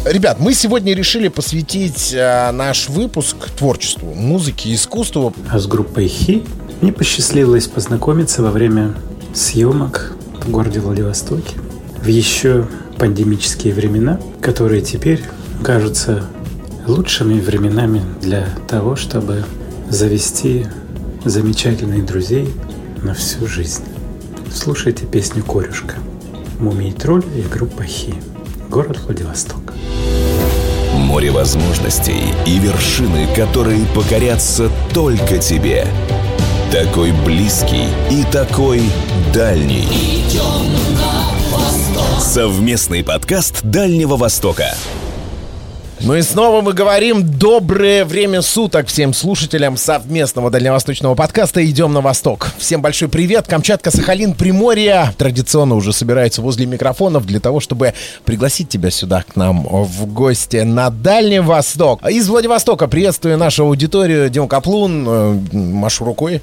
Ребят, мы сегодня решили посвятить наш выпуск творчеству, музыке и искусству. А с группой «Хи» мне посчастливилось познакомиться во время съемок в городе Владивостоке в еще пандемические времена, которые теперь кажутся лучшими временами для того, чтобы завести замечательных друзей на всю жизнь. Слушайте песню «Корюшка», «Мумий тролль» и группа «Хи», город Владивосток. Море возможностей и вершины, которые покорятся только тебе. Такой близкий и такой дальний. Совместный подкаст Дальнего Востока. Ну и снова мы говорим доброе время суток всем слушателям совместного дальневосточного подкаста «Идем на восток». Всем большой привет. Камчатка, Сахалин, Приморье традиционно уже собираются возле микрофонов для того, чтобы пригласить тебя сюда к нам в гости на Дальний Восток. Из Владивостока приветствую нашу аудиторию. Дима Каплун, машу рукой.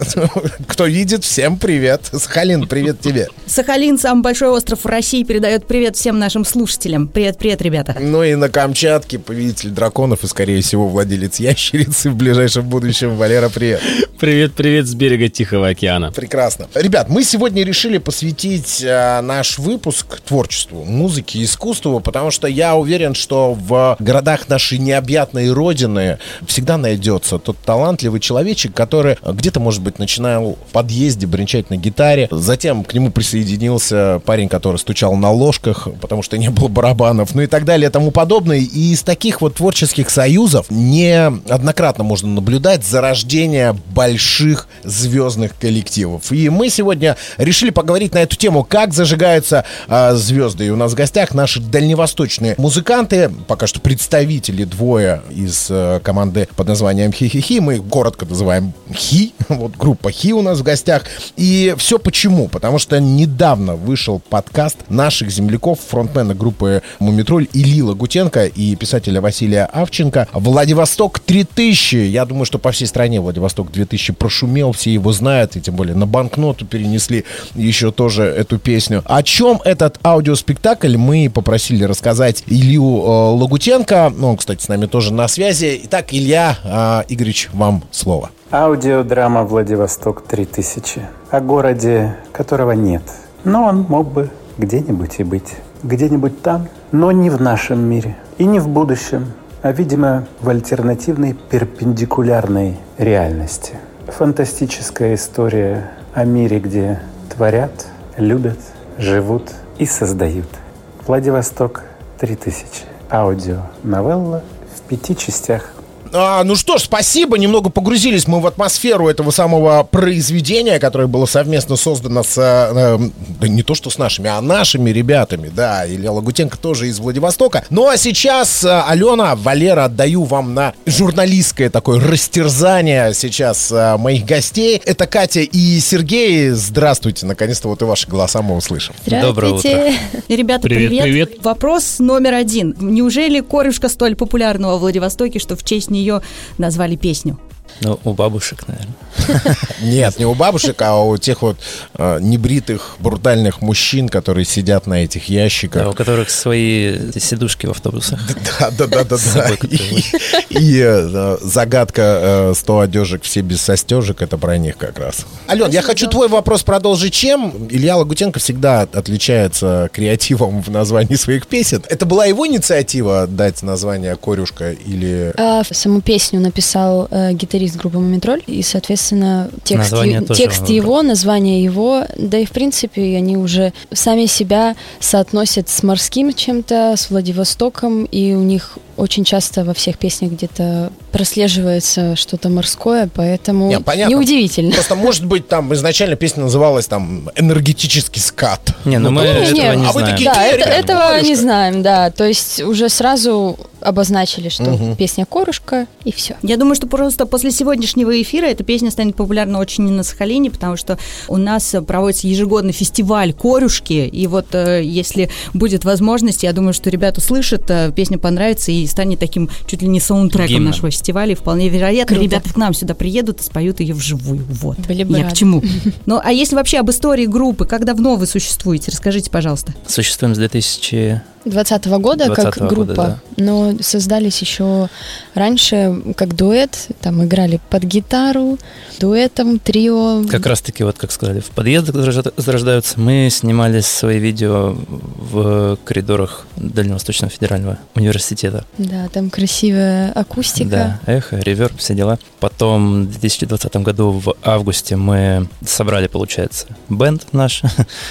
Кто видит, всем привет. Сахалин, привет тебе. Сахалин, самый большой остров в России, передает привет всем нашим слушателям. Привет, ребята. Ну и на Камчатке повелитель драконов и, скорее всего, владелец ящерицы в ближайшем будущем. Валера, привет. Привет с берега Тихого океана. Прекрасно. Ребят, мы сегодня решили посвятить наш выпуск творчеству, музыке и искусству, потому что я уверен, что в городах нашей необъятной родины всегда найдется тот талантливый человечек, который где-то, может быть, начинал в подъезде бренчать на гитаре, затем к нему присоединился парень, который стучал на ложках, потому что не было барабанов, ну и так далее и тому подобное. И из таких вот творческих союзов неоднократно можно наблюдать зарождение больших звездных коллективов. И мы сегодня решили поговорить на эту тему, как зажигаются звезды. И у нас в гостях наши дальневосточные музыканты, пока что представители двое из команды под названием «Хи-хи-хи». Мы их коротко называем «Хи». Вот группа «Хи» у нас в гостях. И все почему? Потому что недавно вышел подкаст наших земляков, фронтмена группы «Мумий тролль» Ильи Лагутенко и писателя Василия Авченко. «Владивосток 3000». Я думаю, что по всей стране «Владивосток 2000» прошумел, все его знают, и тем более на банкноту перенесли еще тоже эту песню. О чем этот аудиоспектакль, мы попросили рассказать Илью Лагутенко. Ну, он, кстати, с нами тоже на связи. Итак, Илья Игоревич, вам слово. Аудиодрама «Владивосток 3000» о городе, которого нет. Но он мог бы где-нибудь и быть. Где-нибудь там, но не в нашем мире и не в будущем, а, видимо, в альтернативной перпендикулярной реальности. Фантастическая история о мире, где творят, любят, живут и создают. «Владивосток 3000». Аудионовелла в 5 частях. Ну что ж, спасибо. Немного погрузились мы в атмосферу этого самого произведения, которое было совместно создано с... да не то что с нашими, а нашими ребятами. Да, Илья Лагутенко тоже из Владивостока. Ну а сейчас, Алена, Валера, отдаю вам на журналистское такое растерзание сейчас моих гостей. Это Катя и Сергей. Здравствуйте. Наконец-то вот и ваши голоса мы услышим. Доброе утро. Ребята, привет. Вопрос номер 1. Неужели корюшка столь популярна во Владивостоке, что в честь нее назвали песню? Ну, у бабушек, наверное. Нет, не у бабушек, а у тех вот небритых, брутальных мужчин, которые сидят на этих ящиках. Да, у которых свои сидушки в автобусах. Да. И загадка 100 одежек, все без состежек, это про них как раз. Ален, я хочу твой вопрос продолжить. Чем Илья Лагутенко всегда отличается креативом в названии своих песен? Это была его инициатива дать название «Корюшка» или... Саму песню написал гитарист группы «Мумий тролль», и, соответственно, текст его, название его, да и, в принципе, они уже сами себя соотносят с морским чем-то, с Владивостоком, и у них очень часто во всех песнях где-то прослеживается что-то морское, поэтому неудивительно. Просто, может быть, там изначально песня называлась там «Энергетический скат». Мы этого не знаем. Да, этого не знаем, да. То есть уже сразу обозначили, что песня «Корюшка», и все. Я думаю, что просто после сегодняшнего эфира эта песня станет популярна очень на Сахалине, потому что у нас проводится ежегодный фестиваль «Корюшки», и вот если будет возможность, я думаю, что ребята услышат, песня понравится и станет таким чуть ли не саундтреком нашего фестиваля, и вполне вероятно, ребята к нам сюда приедут и споют ее вживую. Вот. Я к чему. Ну, а если вообще об истории группы, как давно вы существуете? Расскажите, пожалуйста. Существуем с 2000 2020 года как группа, да. Но создались еще раньше как дуэт, там играли под гитару, дуэтом, трио. Как раз-таки, вот как сказали, в подъездах зарождаются. Мы снимали свои видео в коридорах Дальневосточного федерального университета. Да, там красивая акустика. Да, эхо, реверб, все дела. Потом в 2020 году в августе мы собрали, получается, бэнд наш,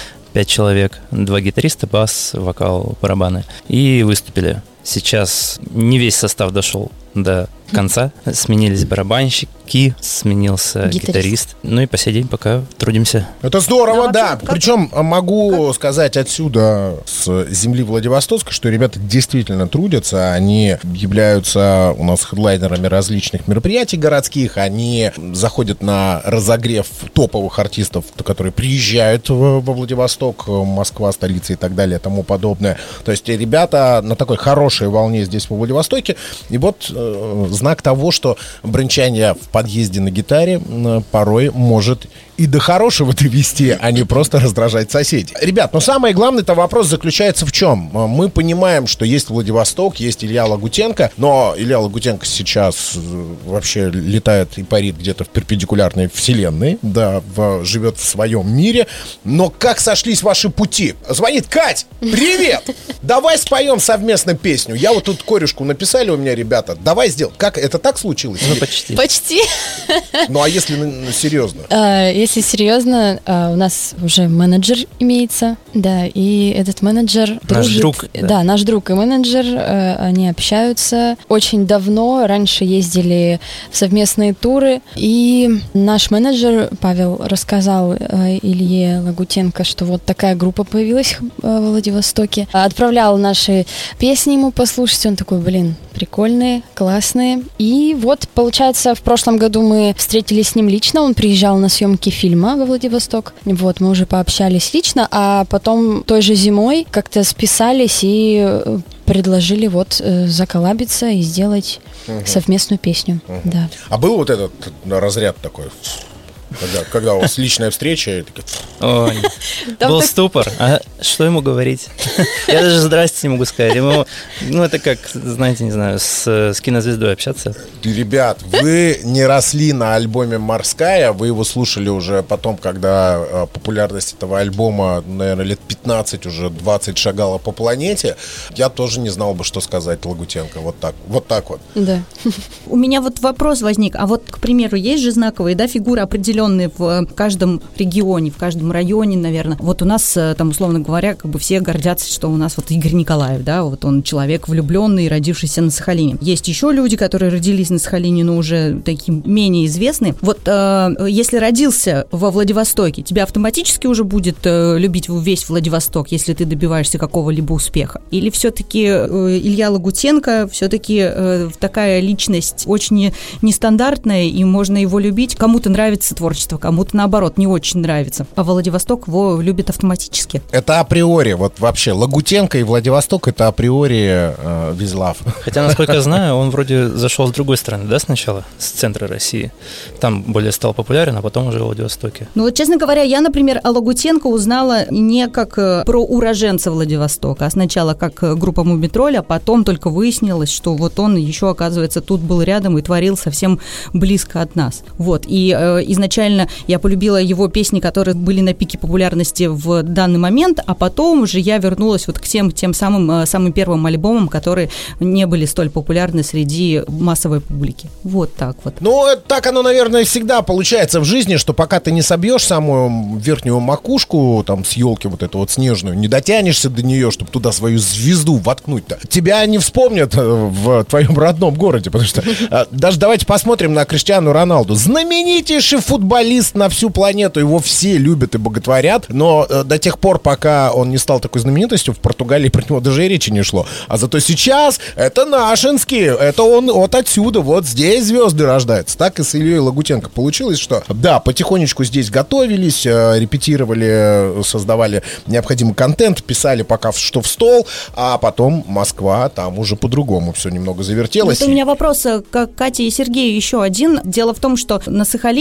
5 человек, 2 гитариста, бас, вокал, барабаны, и выступили. Сейчас не весь состав дошел до конца. Сменились барабанщики, сменился гитарист. Ну и по сей день пока трудимся. Это здорово, да. Причем могу сказать отсюда, с земли Владивостока, что ребята действительно трудятся. Они являются у нас хедлайнерами различных мероприятий городских. Они заходят на разогрев топовых артистов, которые приезжают во Владивосток, Москва, столица и так далее, и тому подобное. То есть ребята на такой хорошей волне здесь во Владивостоке. И вот знак того, что бренчание в подъезде на гитаре порой может и до хорошего довести, а не просто раздражать соседей. Ребят, но самый главный-то вопрос заключается в чем? Мы понимаем, что есть Владивосток, есть Илья Лагутенко, но Илья Лагутенко сейчас вообще летает и парит где-то в перпендикулярной вселенной, да, живет в своем мире. Но как сошлись ваши пути? Звонит Кать! Привет! Давай споем совместно песню. Я вот тут корюшку написали у меня, ребята. Давай сделаем. Как? Это так случилось? Ну, почти. Почти. Ну, а если серьезно? Если серьезно, у нас уже менеджер имеется, да, и этот менеджер наш дружит. Друг. Да, наш друг и менеджер, они общаются очень давно, раньше ездили в совместные туры, и наш менеджер Павел рассказал Илье Лагутенко, что вот такая группа появилась в Владивостоке, отправлял наши песни ему послушать, он такой, блин, прикольные, классные, и вот, получается, в прошлом году мы встретились с ним лично, он приезжал на съемки фильма во Владивосток. Вот, мы уже пообщались лично, а потом той же зимой как-то списались и предложили вот заколлабиться и сделать совместную песню. Да. А был вот этот разряд такой? Когда у вас личная встреча? Ой, был ступор. А что ему говорить? Я даже здрасте не могу сказать. Ему, это как, знаете, не знаю, с кинозвездой общаться. Ребят, вы не росли на альбоме «Морская», вы его слушали уже потом, когда популярность этого альбома, наверное, лет 15, уже 20 шагала по планете. Я тоже не знал бы, что сказать Лагутенко. Вот так вот. Да. У меня вот вопрос возник. А вот, к примеру, есть же знаковые, да, фигуры определенные в каждом регионе, в каждом районе, наверное. Вот у нас, там, условно говоря, как бы все гордятся, что у нас вот Игорь Николаев, да, вот он человек влюбленный, родившийся на Сахалине. Есть еще люди, которые родились на Сахалине, но уже такие менее известные. Вот если родился во Владивостоке, тебя автоматически уже будет любить весь Владивосток, если ты добиваешься какого-либо успеха? Или все-таки Илья Лагутенко все-таки такая личность очень нестандартная, и можно его любить? Кому-то нравится творчество, кому-то, наоборот, не очень нравится. А Владивосток его любит автоматически. Это априори. Вот вообще Лагутенко и Владивосток — это априори без love. Хотя, насколько я знаю, он вроде зашел с другой стороны, да, сначала? С центра России. Там более стал популярен, а потом уже в Владивостоке. Ну вот, честно говоря, я, например, о Лагутенко узнала не как про уроженца Владивостока, а сначала как группа Мумитроль, а потом только выяснилось, что вот он еще, оказывается, тут был рядом и творил совсем близко от нас. Вот. И изначально я полюбила его песни, которые были на пике популярности в данный момент, а потом уже я вернулась вот к тем самым первым альбомам, которые не были столь популярны среди массовой публики. Вот так вот. Ну, так оно, наверное, всегда получается в жизни, что пока ты не собьешь самую верхнюю макушку, там, с елки вот эту вот снежную, не дотянешься до нее, чтобы туда свою звезду воткнуть-то, тебя не вспомнят в твоем родном городе, потому что даже давайте посмотрим на Криштиану Роналду. Знаменитейший футболист на всю планету, его все любят и боготворят, но до тех пор, пока он не стал такой знаменитостью, в Португалии про него даже и речи не шло. А зато сейчас это нашинский, это он вот отсюда, вот здесь звезды рождаются. Так и с Ильей Лагутенко получилось, что да, потихонечку здесь готовились, репетировали, создавали необходимый контент, писали пока что в стол, а потом Москва, там уже по-другому все немного завертелось. Вот у меня вопрос к Кате и Сергею еще один. Дело в том, что на Сахалине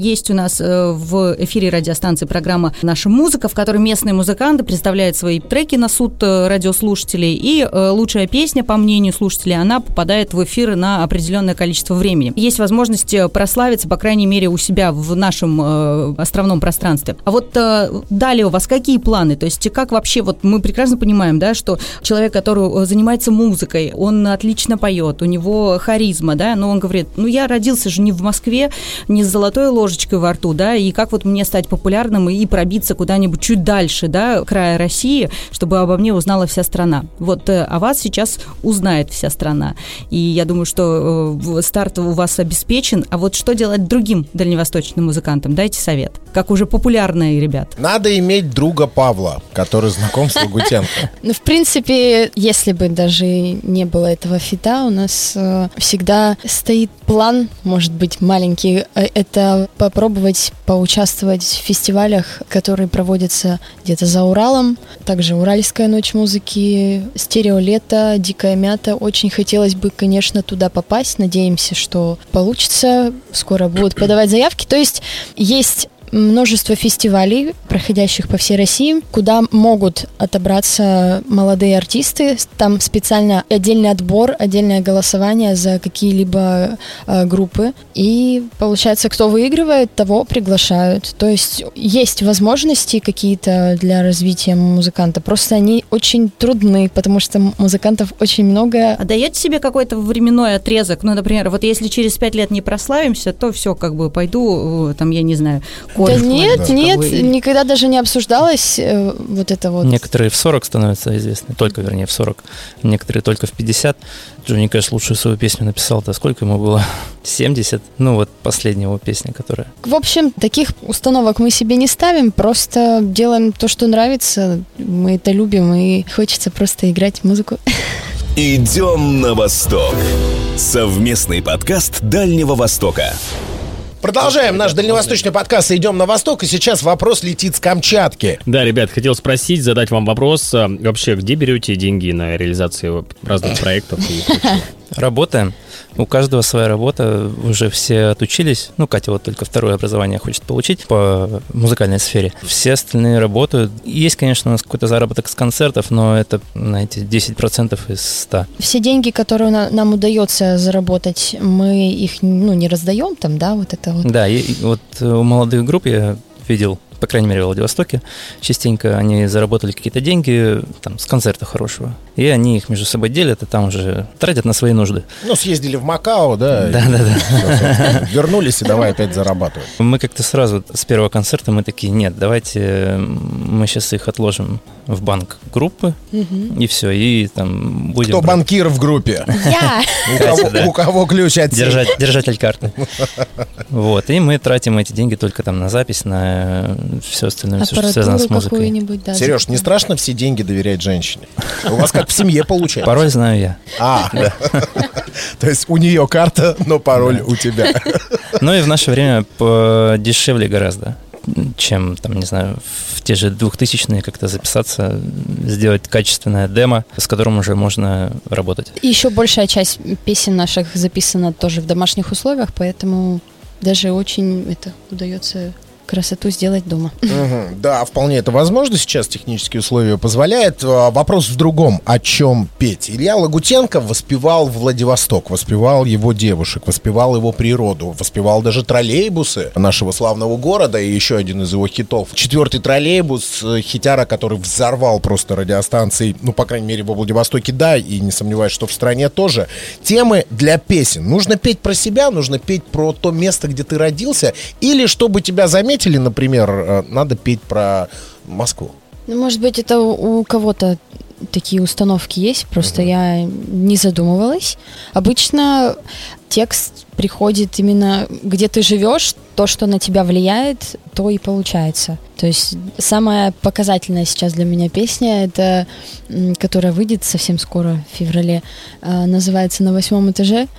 есть у нас в эфире радиостанции программа «Наша музыка», в которой местные музыканты представляют свои треки на суд радиослушателей, и лучшая песня, по мнению слушателей, она попадает в эфир на определенное количество времени. Есть возможность прославиться, по крайней мере, у себя в нашем островном пространстве. А вот далее у вас какие планы? То есть как вообще, вот мы прекрасно понимаем, да, что человек, который занимается музыкой, он отлично поет, у него харизма, да, но он говорит, я родился же не в Москве, не с золотой ложечкой во рту, да, и как вот мне стать популярным и пробиться куда-нибудь чуть дальше, да, края России, чтобы обо мне узнала вся страна. Вот о вас сейчас узнает вся страна. И я думаю, что старт у вас обеспечен. А вот что делать другим дальневосточным музыкантам? Дайте совет. Как уже популярные ребята. Надо иметь друга Павла, который знаком с Лагутенко. В принципе, если бы даже не было этого фита, у нас всегда стоит план, может быть, маленький, это попробовать поучаствовать в фестивалях, которые проводятся где-то за Уралом. Также Уральская ночь музыки, Стереолето, Дикая мята. Очень хотелось бы, конечно, туда попасть. Надеемся, что получится. Скоро будут подавать заявки. То есть множество фестивалей, проходящих по всей России, куда могут отобраться молодые артисты. Там специально отдельный отбор, отдельное голосование за какие-либо группы. И получается, кто выигрывает, того приглашают. То есть есть возможности какие-то для развития музыканта. Просто они очень трудны, потому что музыкантов очень много. А даете себе какой-то временной отрезок? Например, вот если через 5 лет не прославимся, то все, пойду, я не знаю, да нет, никогда даже не обсуждалось вот это вот. Некоторые в 40 становятся известны, только, вернее, в 40. Некоторые только в 50. Джонни Кэш лучшую свою песню написал-то. Сколько ему было? 70? Последняя его песня, которая... В общем, таких установок мы себе не ставим, просто делаем то, что нравится. Мы это любим, и хочется просто играть музыку. Идем на восток. Совместный подкаст Дальнего Востока. Продолжаем наш дальневосточный подкаст «Идем на восток», и сейчас вопрос летит с Камчатки. Да, ребят, хотел задать вам вопрос. Вообще, где берете деньги на реализацию разных проектов и прочего? Работаем. У каждого своя работа. Уже все отучились. Катя вот только второе образование хочет получить по музыкальной сфере. Все остальные работают. Есть, конечно, у нас какой-то заработок с концертов, но это, 10% из 100. Все деньги, которые нам удается заработать, мы их не раздаем там, да, вот это вот. Да, и вот у молодых групп я видел, по крайней мере, в Владивостоке, частенько они заработали какие-то деньги с концерта хорошего, и они их между собой делят, и там уже тратят на свои нужды. Съездили в Макао, да? Да. Вернулись, и давай опять зарабатывать. Мы как-то сразу с первого концерта мы такие, нет, давайте мы сейчас их отложим в банк группы, и все, и там будем... Кто банкир в группе? Я! У кого ключ от сейфа? Держатель карты. Вот, и мы тратим эти деньги только на запись, на все остальное, все, что связано с музыкой. Да, Сереж, не страшно все деньги доверять женщине? У вас как в семье получается? Пароль знаю я. Да. То есть у нее карта, но пароль у тебя. И в наше время подешевле гораздо, чем, в те же 2000-е как-то записаться, сделать качественное демо, с которым уже можно работать. И еще большая часть песен наших записана тоже в домашних условиях, поэтому даже очень удается красоту сделать дома. Да, вполне это возможно. Сейчас технические условия позволяют. Вопрос в другом. О чем петь? Илья Лагутенко воспевал Владивосток, воспевал его девушек, воспевал его природу, воспевал даже троллейбусы нашего славного города. И еще один из его хитов. 4-й троллейбус, хитяра, который взорвал просто радиостанции, по крайней мере, во Владивостоке, да, и не сомневаюсь, что в стране тоже. Темы для песен. Нужно петь про себя, нужно петь про то место, где ты родился, или чтобы тебя заметили, например, надо петь про Москву. Может быть, это у кого-то такие установки есть, просто я не задумывалась. Обычно текст приходит именно где ты живешь, то, что на тебя влияет, то и получается. То есть самая показательная сейчас для меня песня, это, которая выйдет совсем скоро, в феврале, называется «На 8 этаже».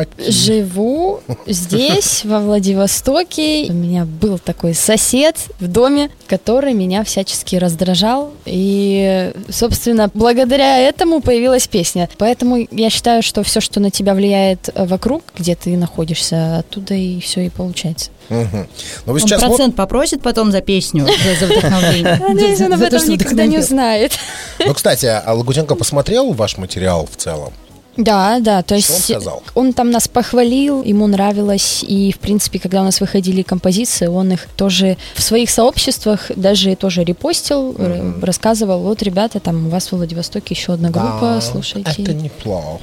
Живу здесь, во Владивостоке. У меня был такой сосед в доме, который меня всячески раздражал. И, собственно, благодаря этому появилась песня. Поэтому я считаю, что все, что на тебя влияет вокруг, где ты находишься, оттуда и все и получается. Угу. Он процент попросит потом за песню, за вдохновение. Надеюсь, он об этом никогда не узнает. Ну, кстати, а Лагутенко посмотрел ваш материал в целом? Да, то есть что он сказал? Он там нас похвалил, ему нравилось, и, в принципе, когда у нас выходили композиции, он их тоже в своих сообществах даже тоже репостил, рассказывал, вот, ребята, там у вас в Владивостоке еще одна группа, слушайте. Это неплохо,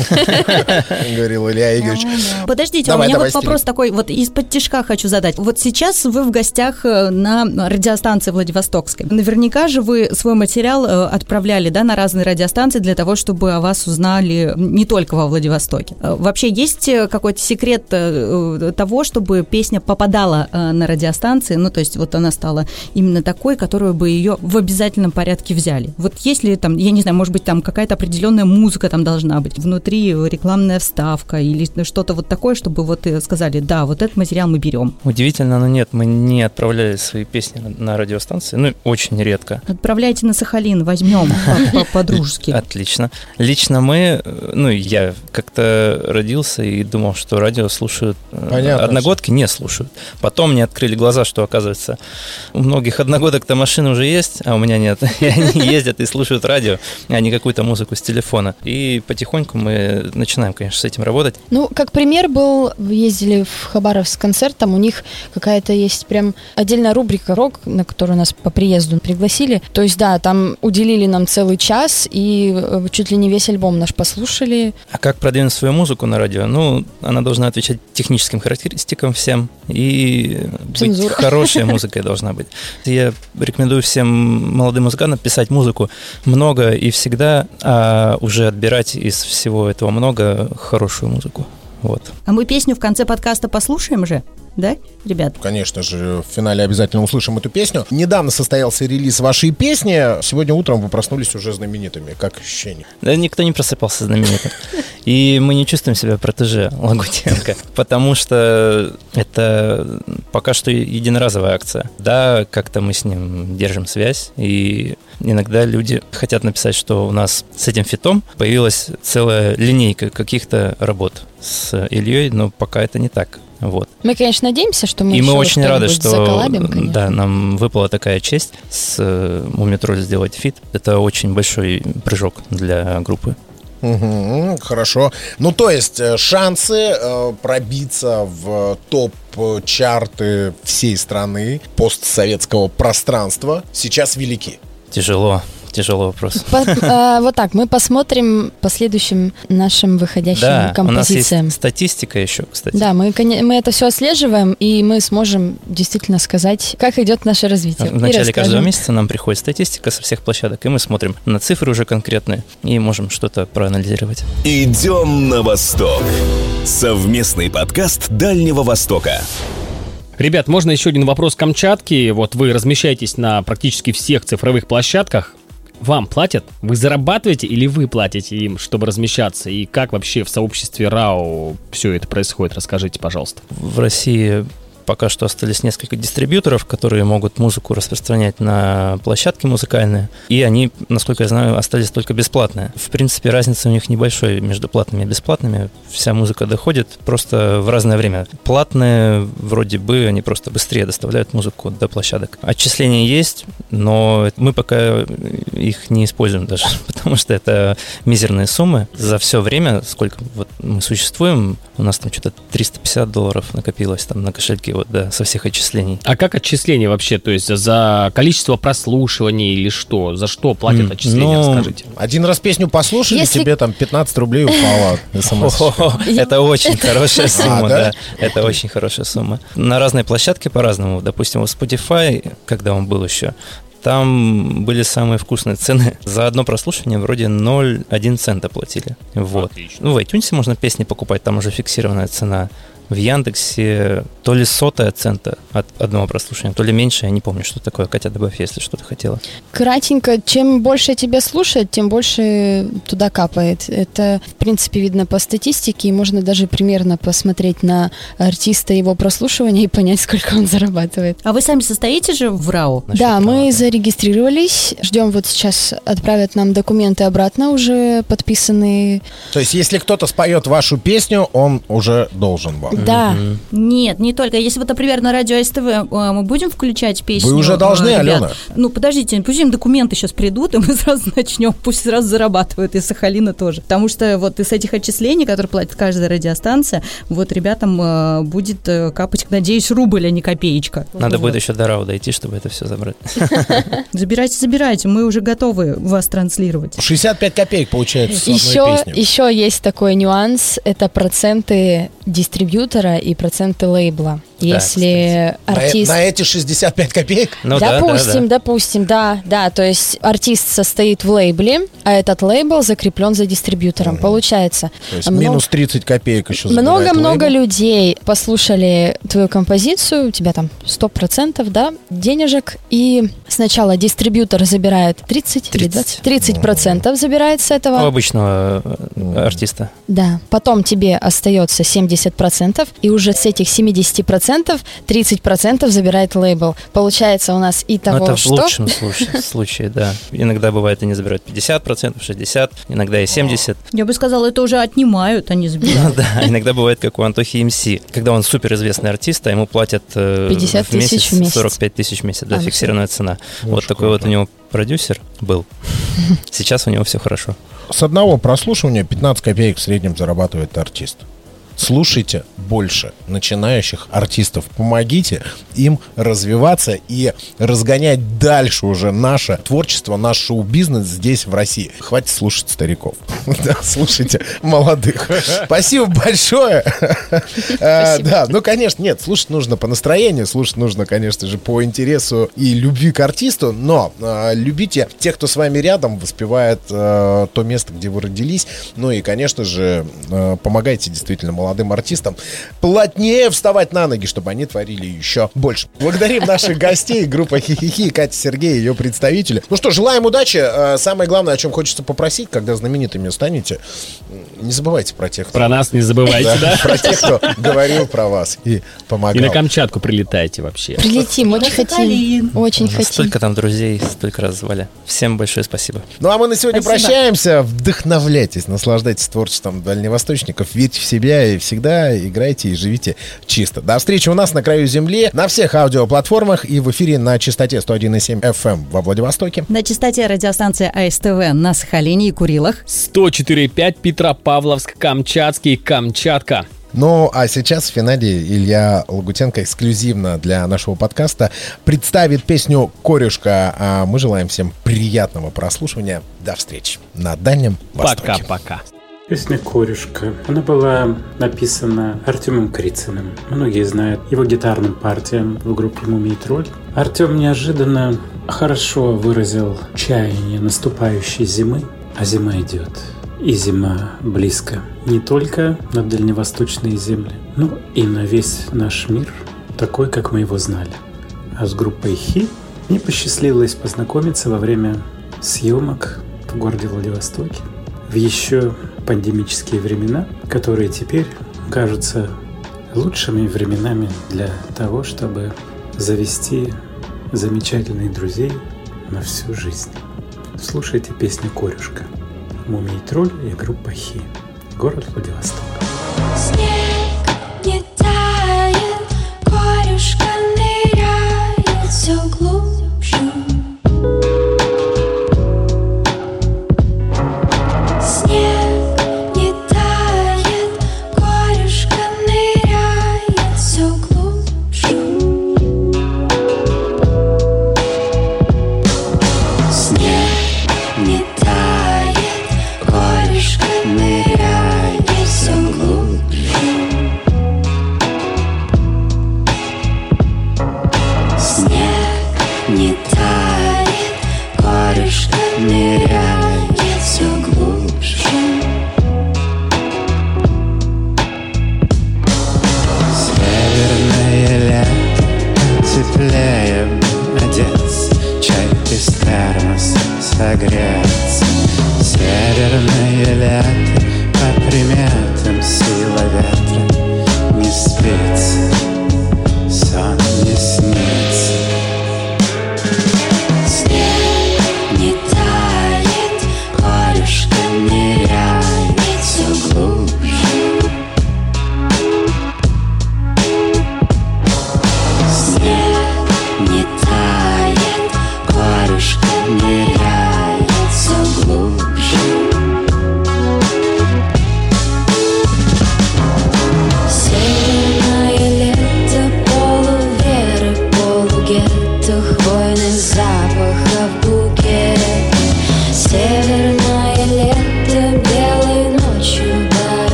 говорил Илья Игоревич. Подождите, у меня вот вопрос такой, вот из-под тишка хочу задать. Вот сейчас вы в гостях на радиостанции Владивостокской. Наверняка же вы свой материал отправляли, да, на разные радиостанции для того, чтобы о вас узнали не только во Владивостоке. Вообще есть какой-то секрет того, чтобы песня попадала на радиостанции, ну, то есть вот она стала именно такой, которую бы ее в обязательном порядке взяли? Вот есть ли там, я не знаю, может быть, там какая-то определенная музыка там должна быть, внутри рекламная вставка или что-то вот такое, чтобы вот сказали, да, вот этот материал мы берем? Удивительно, но нет, мы не отправляли свои песни на радиостанции, ну, очень редко. Отправляйте на Сахалин, возьмем по-дружески. Отлично. Лично мы, ну, я как-то родился и думал, что радио слушают, одногодки не слушают. Потом мне открыли глаза, что, оказывается, у многих одногодок-то машины уже есть, а у меня нет. И они ездят и слушают радио, а не какую-то музыку с телефона. И потихоньку мы начинаем, конечно, с этим работать. Ну, как пример был, ездили в Хабаровск концерт, там у них какая-то есть прям отдельная рубрика «Рок», на которую нас по приезду пригласили. То есть, да, там уделили нам целый час, и чуть ли не весь альбом наш послушали. А как продвинуть свою музыку на радио? Ну, она должна отвечать техническим характеристикам всем, и быть хорошей музыкой должна быть. Я рекомендую всем молодым музыкантам писать музыку много и всегда, а уже отбирать из всего этого много хорошую музыку. Вот. А мы песню в конце подкаста послушаем же? Да, ребят? Конечно же, в финале обязательно услышим эту песню. Недавно состоялся релиз вашей песни. Сегодня утром вы проснулись уже знаменитыми. Как ощущение? Да никто не просыпался знаменитым. И мы не чувствуем себя протеже Лагутенко, потому что это пока что единоразовая акция. Да, как-то мы с ним держим связь, и иногда люди хотят написать, что у нас с этим фитом появилась целая линейка каких-то работ с Ильей, но пока это не так. Вот. Мы, конечно, надеемся, что мы и еще мы очень рады, что заколлабим, да, нам выпала такая честь с Мумитроль сделать фит. Это очень большой прыжок для группы. Угу, хорошо. Ну, то есть шансы пробиться в топ-чарты всей страны постсоветского пространства сейчас велики. Тяжелый вопрос. Вот так, мы посмотрим по следующим нашим выходящим композициям. У нас есть статистика еще, кстати. Да, мы это все отслеживаем, и мы сможем действительно сказать, как идет наше развитие. В начале каждого месяца нам приходит статистика со всех площадок, и мы смотрим на цифры уже конкретные, и можем что-то проанализировать. Идем на восток. Совместный подкаст Дальнего Востока. Ребят, можно еще один вопрос Камчатки. Вот вы размещаетесь на практически всех цифровых площадках. Вам платят? Вы зарабатываете или вы платите им, чтобы размещаться? И как вообще в сообществе РАО все это происходит? Расскажите, пожалуйста. В России пока что остались несколько дистрибьюторов, которые могут музыку распространять на площадки музыкальные, и они, насколько я знаю, остались только бесплатные. В принципе, разница у них небольшой между платными и бесплатными. Вся музыка доходит просто в разное время. Платные, вроде бы, они просто быстрее доставляют музыку до площадок. Отчисления есть, но мы пока их не используем даже, потому что это мизерные суммы. За все время, сколько вот мы существуем, у нас там что-то $350 накопилось там на кошельке, вот, да, со всех отчислений. А как отчисления вообще? То есть за количество прослушиваний или что? За что платят отчисления, расскажите? Один раз песню послушали, тебе там 15 рублей упало. Это очень хорошая сумма, да. Это очень хорошая сумма. На разные площадки по-разному. Допустим, в Spotify, когда он был еще, там были самые вкусные цены. За одно прослушивание вроде 0,1 цента платили. Вот. Ну, в iTunes можно песни покупать, там уже фиксированная цена. В Яндексе то ли 100 цента от одного прослушивания, то ли меньше, я не помню, что такое. Катя, добавь, если что-то хотела. Кратенько, чем больше тебя слушают, тем больше туда капает. Это, в принципе, видно по статистике, и можно даже примерно посмотреть на артиста, его прослушивания и понять, сколько он зарабатывает. А вы сами состоите же в РАО? Да, мы зарегистрировались, ждем, вот сейчас отправят нам документы обратно, уже подписанные. То есть, если кто-то споет вашу песню, он уже должен вам? Да. Нет, не только. Если вот, например, на радио СТВ мы будем включать песню... Вы уже должны, ребят, Алена. Ну, подождите, пусть им документы сейчас придут, и мы сразу начнем, пусть сразу зарабатывают, и Сахалина тоже. Потому что вот из этих отчислений, которые платит каждая радиостанция, вот ребятам будет капать, надеюсь, рубль, а не копеечка. Надо будет еще до РАО дойти, чтобы это все забрать. Забирайте, мы уже готовы вас транслировать. 65 копеек получается с одной песни. Еще есть такой нюанс, это проценты дистрибьютора и проценты лейбла. Если артист... На эти 65 копеек? Ну, допустим, да. То есть артист состоит в лейбле, а этот лейбл закреплен за дистрибьютором. Получается. То есть минус 30 копеек еще забирает Много лейбл. людей послушали твою композицию, у тебя там 100%, да, денежек, и сначала дистрибьютор забирает 30 или 20? 30% забирает с этого. У обычного артиста. Да. Потом тебе остается 70%, и уже с этих 70% 30% забирает лейбл. Получается у нас и того, это что... в лучшем случае, да. Иногда бывает, они забирают 50%, 60%, иногда и 70%. Я бы сказала, это уже отнимают, а не забирают. Да, иногда бывает, как у Антохи МС, когда он суперизвестный артист, а ему платят 50 в месяц тысяч в месяц. 45 тысяч в месяц, да, фиксированная цена. Вот такой вот у него продюсер был. Сейчас у него все хорошо. С одного прослушивания 15 копеек в среднем зарабатывает артист. Слушайте больше начинающих артистов. Помогите им развиваться и разгонять дальше уже наше творчество, наш шоу-бизнес здесь, в России. Хватит слушать стариков. Слушайте молодых. Спасибо большое. Да, ну, конечно, нет, слушать нужно по настроению, слушать нужно, конечно же, по интересу и любви к артисту, но любите тех, кто с вами рядом, воспевает то место, где вы родились. Ну и, конечно же, помогайте действительно молодым артистам плотнее вставать на ноги, чтобы они творили еще больше. Благодарим наших гостей, группа Хи-Хи-Хи, Катя, Сергей, ее представители. Ну что, желаем удачи. Самое главное, о чем хочется попросить, когда знаменитыми станете, не забывайте про тех, кто... Про нас не забывайте, да? Про тех, кто говорил про вас и помогал. И на Камчатку прилетайте вообще. Прилетим, очень хотим. Очень хотим. Столько там друзей, столько раз звали. Всем большое спасибо. Ну а мы на сегодня прощаемся. Вдохновляйтесь, наслаждайтесь творчеством дальневосточников, верьте в себя и всегда играйте и живите чисто. До встречи у нас на краю земли, на всех аудиоплатформах и в эфире на частоте 101,7 FM во Владивостоке. На частоте радиостанции АСТВ на Сахалине и Курилах. 104,5 Петропавловск, Камчатский, Камчатка. Ну, а сейчас в финале Илья Лагутенко эксклюзивно для нашего подкаста представит песню «Корюшка». А мы желаем всем приятного прослушивания. До встречи на Дальнем Востоке. Пока-пока. Песня «Корюшка». Она была написана Артемом Крицыным. Многие знают его гитарным партиям в группе «Мумий Тролль». Артем неожиданно хорошо выразил чаяние наступающей зимы, а зима идет. И зима близко. Не только на дальневосточные земли, но и на весь наш мир, такой, как мы его знали. А с группой Хи мне посчастливилось познакомиться во время съемок в городе Владивостоке в еще пандемические времена, которые теперь кажутся лучшими временами для того, чтобы завести замечательных друзей на всю жизнь. Слушайте песню «Корюшка». Мумий Тролль и группа Хи. Город Владивосток. Снег не тает, корюшка ныряет все глубже. Снег не тает, корюшка ныряет все глубже. Снег не тает, корюшка ныряет все глубже.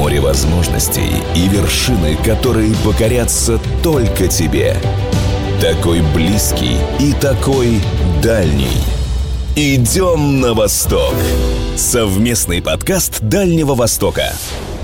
Море возможностей и вершины, которые покорятся только тебе. Такой близкий и такой дальний. «Идем на восток». Совместный подкаст Дальнего Востока.